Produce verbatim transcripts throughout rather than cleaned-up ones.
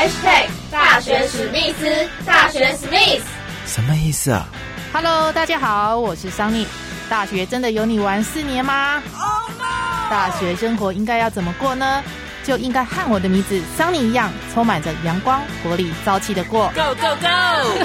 hashtag 大学史密斯，大学史密斯， 什么意思啊 ？Hello， 大家好，我是桑尼。大学真的有你玩四年吗？ Oh no！ 大学生活应该要怎么过呢？就应该和我的名字桑尼一样，充满着阳光、活力、朝气的过。 Go go go！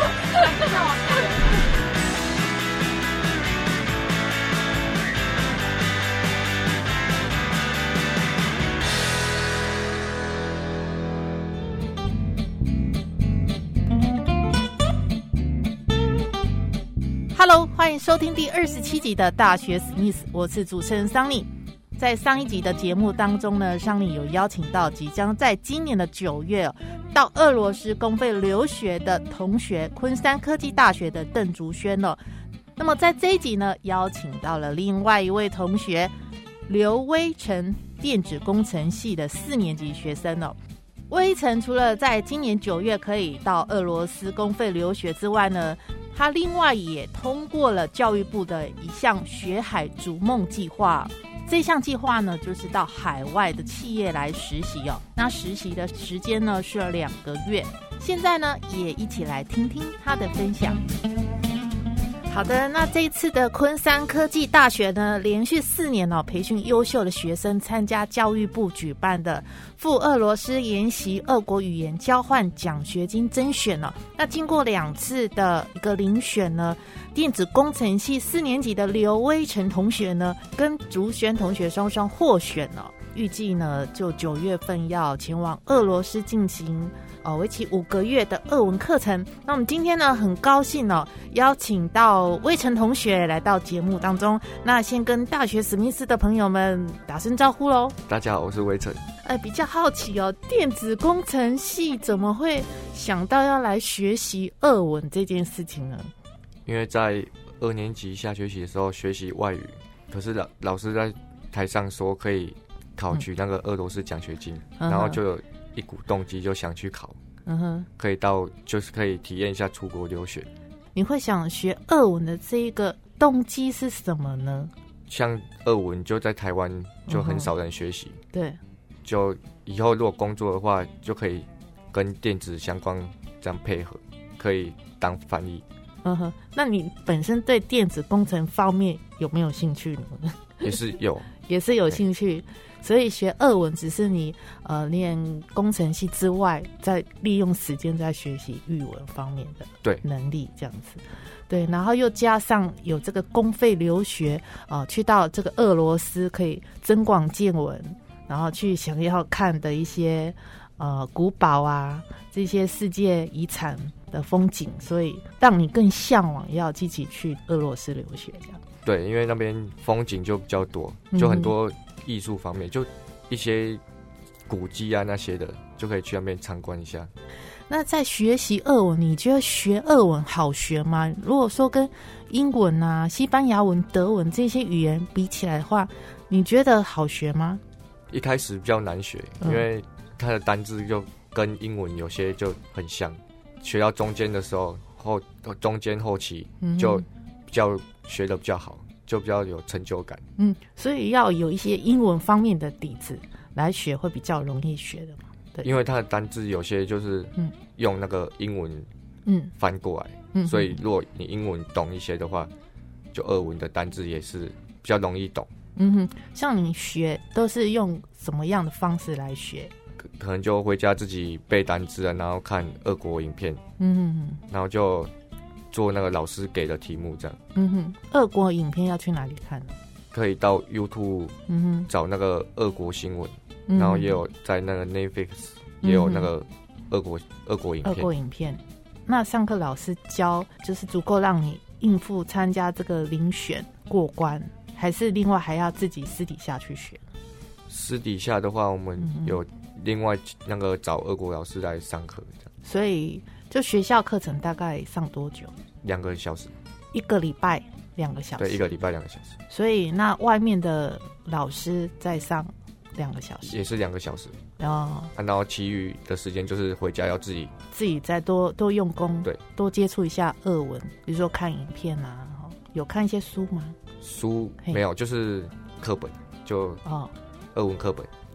Hello， 欢迎收听第二十七集的大学史密斯，我是主持人桑尼。在上一集的节目当中呢，桑尼有邀请到即将在今年的九月到俄罗斯公费留学的同学，昆山科技大学的邓竹轩哦。那么在这一集呢，邀请到了另外一位同学刘威成，电子工程系的四年级学生哦。威成除了在今年九月可以到俄罗斯公费留学之外呢，他另外也通过了教育部的一项学海逐梦计划。这项计划呢，就是到海外的企业来实习哦。那实习的时间呢是两个月。现在呢，也一起来听听他的分享。好的，那这一次的昆山科技大学呢，连续四年哦，培训优秀的学生参加教育部举办的赴俄罗斯研习俄国语言交换奖学金甄选哦。那经过两次的一个遴选呢，电子工程系四年级的刘威成同学呢，跟竹轩同学双双获选哦。预计呢，就九月份要前往俄罗斯进行呃为期五个月的俄文课程。那我们今天呢，很高兴哦，邀请到威成同学来到节目当中。那先跟大学史密斯的朋友们打声招呼喽。 大家好，我是威成。 哎，比较好奇哦，电子工程系怎么会想到要来学习俄文这件事情呢？ 因为在二年级下学期的时候学习外语，可是老老师在台上说可以考取那个俄罗斯奖学金，嗯、然后就有一股动机就想去考，嗯哼，可以到就是可以体验一下出国留学。 你会想学俄文的这一个动机是什么呢？ 像俄文就在台湾就很少人学习， 嗯、对， 就以后如果工作的话，就可以跟电子相关这样配合，可以当翻译。 嗯哼，那你本身对电子工程方面有没有兴趣呢？ 也是有， 也是有兴趣，所以学俄文只是你呃练工程系之外，再利用时间在学习语文方面的对能力这样子。对，然后又加上有这个公费留学啊、呃，去到这个俄罗斯可以增广见闻，然后去想要看的一些呃古堡啊，这些世界遗产的风景，所以让你更向往要积极去俄罗斯留学这样。 对，因为那边风景就比较多，就很多艺术方面，嗯、就一些古迹啊那些的，就可以去那边参观一下。 那在学习俄文，你觉得学俄文好学吗？如果说跟英文啊、西班牙文、德文这些语言比起来的话，你觉得好学吗？ 一开始比较难学，因为它的单字就跟英文有些就很像，学到中间的时候，后中间后期就比较学得比较好，就比较有成就感。 嗯，所以要有一些英文方面的底子来学，会比较容易学的嘛。对， 因为它的单字有些就是用那个英文嗯翻过来， 嗯， 所以如果你英文懂一些的话，就俄文的单字也是比较容易懂。 嗯哼，像你学都是用什么样的方式来学？ 可, 可能就回家自己背单字啊，然后看俄国影片， 嗯哼， 然后就做那个老师给的题目这样。 嗯哼，俄国影片要去哪里看呢？ 可以到 YouTube 找那个俄国新闻，嗯、然后也有在那个 Netflix、嗯、也有那个俄国俄国影片。 俄国影片，那上课老师教就是足够让你应付参加这个遴选过关，还是另外还要自己私底下去学？ 私底下的话，我们有另外那个找俄国老师来上课这样。 所以就学校课程大概上多久？ 两个小时。 一个礼拜两个小时？ 对，一个礼拜两个小时。 所以那外面的老师再上两个小时？ 也是两个小时。 哦， 然后其余的时间就是回家要自己自己再多多用功， 对， 多接触一下俄文，比如说看影片啊。有看一些书吗？ 书没有，就是课本，就哦，俄文课本。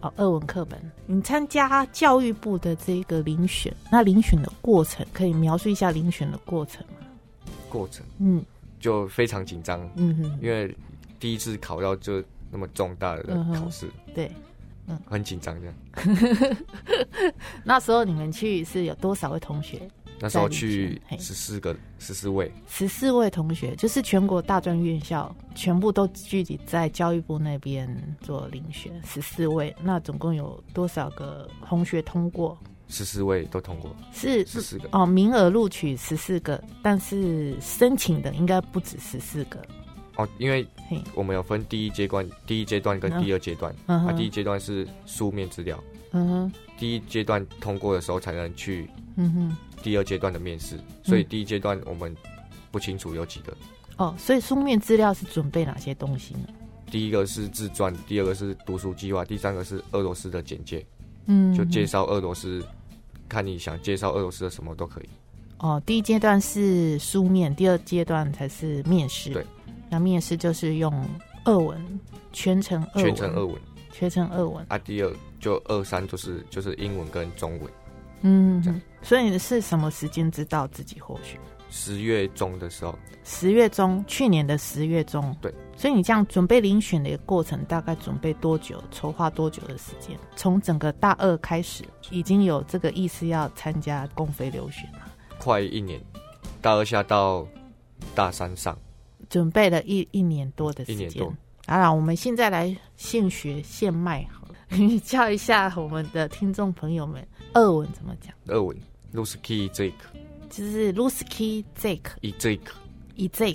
哦，俄文课本。你参加教育部的这个遴选，那遴选的过程可以描述一下遴选的过程吗？ 过程， 嗯， 就非常紧张， 嗯哼， 因为第一次考到就那么重大的考试， 嗯，对， 嗯，很紧张这样。 那时候你们去是有多少位同学？ 那时候去十四个十四位， 十四位同学，就是全国大专院校全部都聚集在教育部那边做遴选，十四位。那总共有多少个同学通过？ 十四位都通过， 是十四个哦，名额录取十四个，但是申请的应该不止十四个哦，因为我们有分第一阶段、第一阶段跟第二阶段。嗯，啊，第一阶段是书面资料，嗯哼，第一阶段通过的时候才能去，嗯哼。第二阶段的面试，所以第一阶段我们不清楚有几个。 哦，所以书面资料是准备哪些东西呢？ 第一个是自传，第二个是读书计划，第三个是俄罗斯的简介。嗯，就介绍俄罗斯，看你想介绍俄罗斯的什么都可以。 哦，第一阶段是书面，第二阶段才是面试。 对， 那面试就是用俄文，全程俄文， 全程俄文， 全程俄文。 啊，第二就二三就是就是英文跟中文。 嗯，所以你是什么时间知道自己获选？ 十月中的时候。 十月中，去年的十月中。 对。 所以你这样准备遴选的一个过程，大概准备多久？筹划多久的时间？从整个大二开始，已经有这个意思要参加公费留学了。快一年，大二下到大三上， 准备了一一年多的时间。 一年多。 好啦，我们现在来现学现卖好了，你教一下我们的听众朋友们。俄文怎么讲？ 俄文 Ruski Zek 就是 Ruski Zek Zek Zek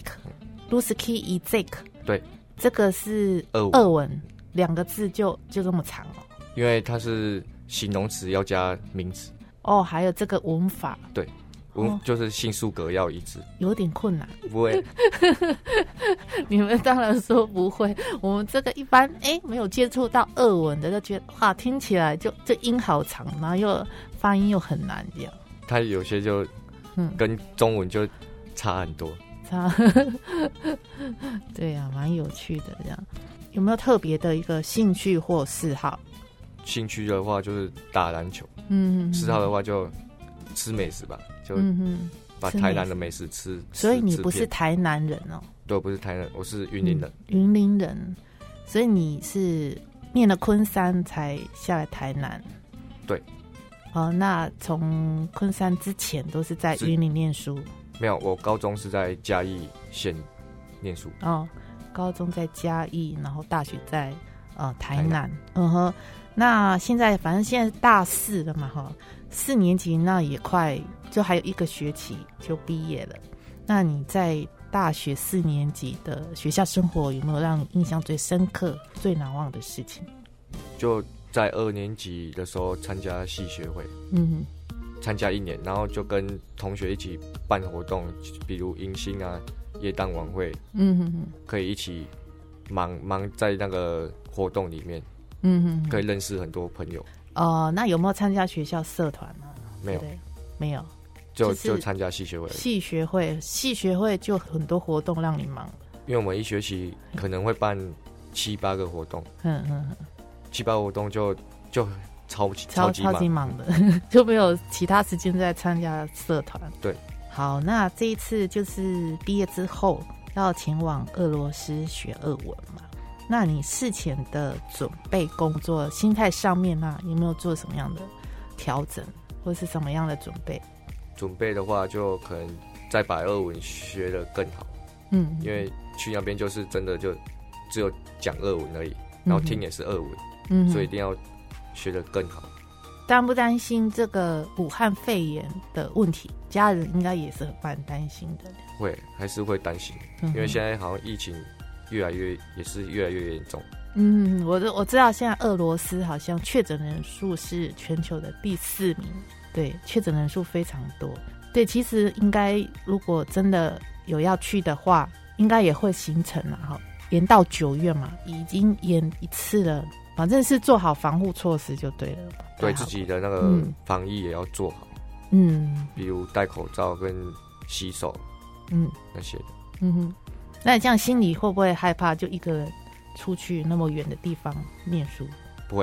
Ruski Zek 对， 这个是俄文，两个字就就这么长哦。 因为它是形容词要加名词哦，还有这个文法对，文、哦、就是新数格要一致， 有点困难。 不会， 你们当然说不会。我们这个一般哎没有接触到俄文的，就觉得哇，听起来就这音好长，然后又发音又很难这样。 它有些就嗯跟中文就差很多。 差，对呀、啊，蛮有趣的这样。有没有特别的一个兴趣或嗜好？ 兴趣的话就是打篮球，嗯，嗜好的话就吃美食吧，就把台南的美食吃。 所以你不是台南人哦？ 对，我不是台南，我是云林人。 嗯、云林人，所以你是念了昆山才下来台南。 对。 哦，那从昆山之前都是在云林念书？ 没有，我高中是在嘉义县念书。 哦，高中在嘉义，然后大学在呃台南。台南嗯哼，那现在反正现在大四了嘛，哈，四年级那也快就还有一个学期就毕业了。那你在大学四年级的学校生活有没有让你印象最深刻、最难忘的事情？ 就在二年级的时候参加系学会，嗯。参加一年，然后就跟同学一起办活动，比如迎新啊、耶诞晚会，嗯哼哼，可以一起忙忙在那个活动里面，嗯哼哼，可以认识很多朋友。 哦、呃，那有没有参加学校社团呢？ 没有， 没有， 就就参加系学会。 系学会，系学会就很多活动让你忙， 因为我们一学期可能会办七八个活动，嗯嗯嗯，七八个活动就就。超级超超级忙的，就没有其他时间在参加社团。 对， 好，那这一次就是毕业之后要前往俄罗斯学俄文嘛？那你事前的准备工作、心态上面啊，有没有做什么样的调整，或是什么样的准备？ 准备的话，就可能再把俄文学得更好。嗯，因为去那边就是真的就只有讲俄文而已，然后听也是俄文，嗯，所以一定要学得更好。 担不担心这个武汉肺炎的问题？家人应该也是蛮担心的。 会，还是会担心，嗯、因为现在好像疫情越来越也是越来越严重。 嗯，我我知道现在俄罗斯好像确诊人数是全球的第四名，对，确诊人数非常多。对，其实应该如果真的有要去的话，应该也会行程啦，哈，延到九月嘛，已经延一次了。反正是做好防护措施就对了， 对自己的那个防疫也要做好，嗯，比如戴口罩跟洗手，嗯，那些的， 嗯哼。那你这样心里会不会害怕？就一个人出去那么远的地方念书？ 不会，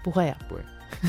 不会啊， 不会。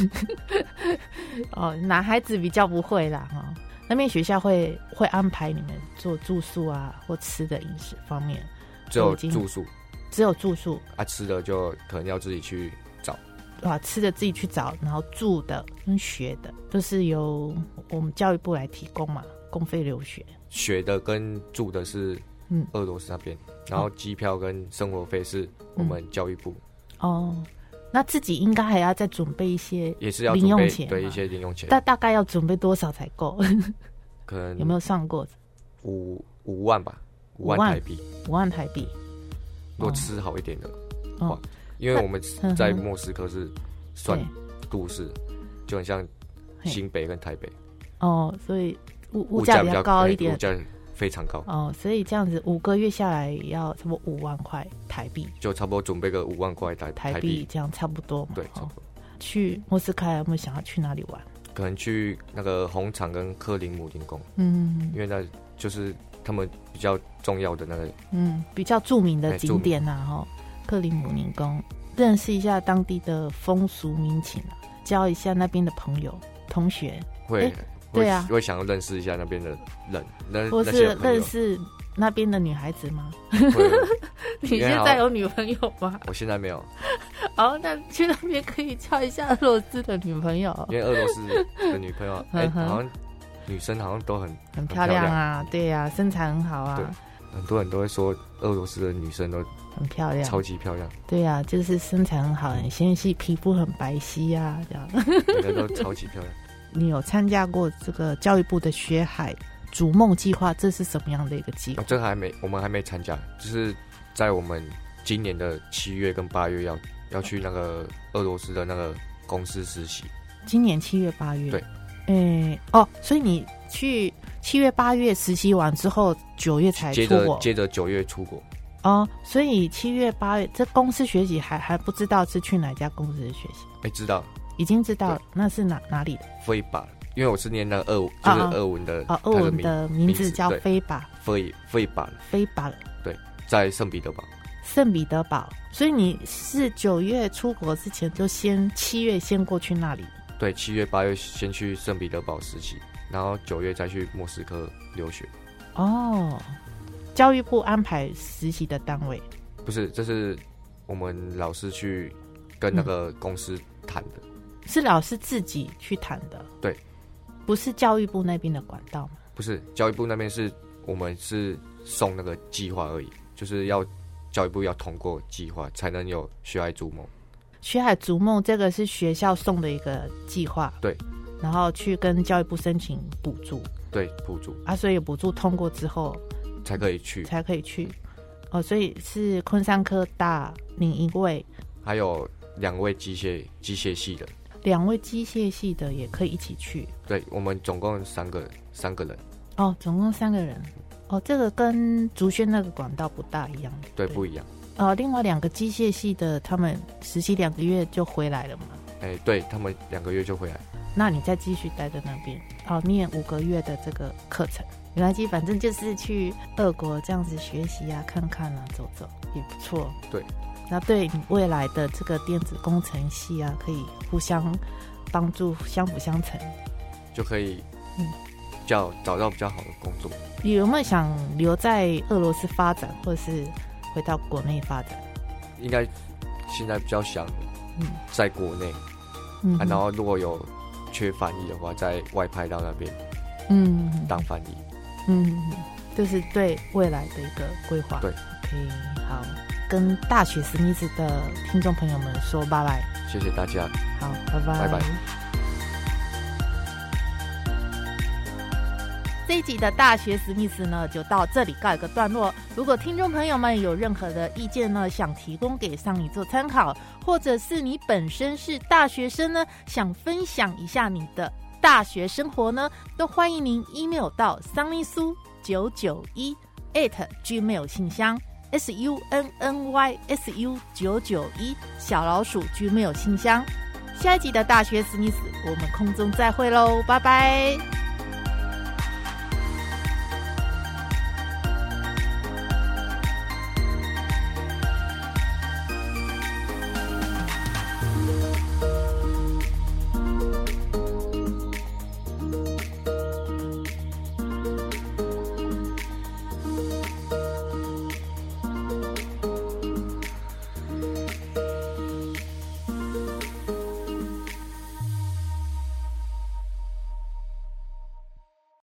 哦，男孩子比较不会啦哈、哦。那边学校会会安排你们做住宿啊或吃的饮食方面？ 只有住宿， 只有住宿啊，吃的就可能要自己去找。 啊，吃的自己去找，然后住的跟学的都是由我们教育部来提供嘛，公费留学。 学的跟住的是嗯俄罗斯那边、嗯，然后机票跟生活费是我们教育部。 嗯、哦，那自己应该还要再准备一些， 也是要零用钱， 对一些零用钱。 大大概要准备多少才够？ 可能有没有算过？ 五五万吧，五万台币， 五万台币。 如果吃好一点的话。哦，因为我们在莫斯科是算都市，就很像新北跟台北哦，所以物物价比较高一点， 物价非常高哦，所以这样子五个月下来要差不多五万块台币， 就差不多准备个五万块台台币，这样差不多嘛？ 对，差不多。 去莫斯科有没有想要去哪里玩？ 可能去那个红场跟克林姆林宫， 嗯， 因为那就是他们比较重要的那个， 嗯，比较著名的景点呐，哈。克林姆林宫，认识一下当地的风俗民情啊，交一下那边的朋友同学。 会， 对啊， 会想要认识一下那边的人，那或是认识那边的女孩子吗？ 会。 你现在有女朋友吗？ 我现在没有。 哦，那去那边可以交一下俄罗斯的女朋友， 因为俄罗斯的女朋友，哎、欸，好像女生好像都很很漂亮啊，对啊，身材很好啊。 对，很多人都会说俄罗斯的女生都很漂亮， 超级漂亮。 对啊，就是身材很好，很纤细，皮肤很白皙啊，这样。 每个都超级漂亮。 你有参加过这个教育部的学海逐梦计划？这是什么样的一个计划？ 哦、这个还没，我们还没参加，就是在我们今年的七月跟八月要要去那个俄罗斯的那个公司实习。 今年七月八月， 对， 诶，哦，所以你去七月八月实习完之后，九月才出国， 接着九月出国。 哦，所以七月八月这公司学习还还不知道是去哪家公司学习？ 哎，知道， 已经知道了，那是哪哪里的？ 飞吧，因为我是念那个俄，就是俄文的哦，俄文的名字叫飞吧， 飞飞吧， 飞吧， 对，在圣彼得堡。 圣彼得堡，所以你是九月出国之前就先七月先过去那里？ 对，七月八月先去圣彼得堡实习，然后九月再去莫斯科留学。 哦，教育部安排实习的单位？ 不是，这是我们老师去跟那个公司谈的、嗯。 是老师自己去谈的？ 对， 不是教育部那边的管道吗？ 不是，教育部那边是我们是送那个计划而已，就是要教育部要通过计划才能有学海逐梦。 学海逐梦这个是学校送的一个计划， 对， 然后去跟教育部申请补助， 对，补助啊，所以补助通过之后才可以去， 才可以去。哦，所以是昆山科大另一位， 还有两位机械机械系的， 两位机械系的也可以一起去。 对，我们总共三个三个人。 哦，总共三个人。哦，这个跟竹轩那个管道不大一样。 对，对不一样。 呃，另外两个机械系的，他们实习两个月就回来了嘛？ 哎，对，他们两个月就回来。 那你再继续待在那边，哦，念五个月的这个课程。没关系，反正就是去俄国这样子学习啊，看看啊，走走也不错。 对， 那对你未来的这个电子工程系啊，可以互相帮助，相辅相成， 就可以嗯，比较找到比较好的工作。 你有没有想留在俄罗斯发展，或者是回到国内发展？ 应该现在比较想在国内， 嗯啊，然后如果有缺翻译的话，再外派到那边， 嗯， 当翻译， 嗯，这是对未来的一个规划。 对 ，OK， 好，跟大学史密斯的听众朋友们说拜拜， 谢谢大家， 好，拜拜， 拜拜。 这一集的大学史密斯呢，就到这里告一个段落。如果听众朋友们有任何的意见呢，想提供给桑尼做参考，或者是你本身是大学生呢，想分享一下你的大学生活呢，都欢迎您 email 到桑尼苏九九一 at gmail 信箱 s u n n y s u 九九一小老鼠 gmail 信箱。下一集的大学史密斯，我们空中再会喽，拜拜。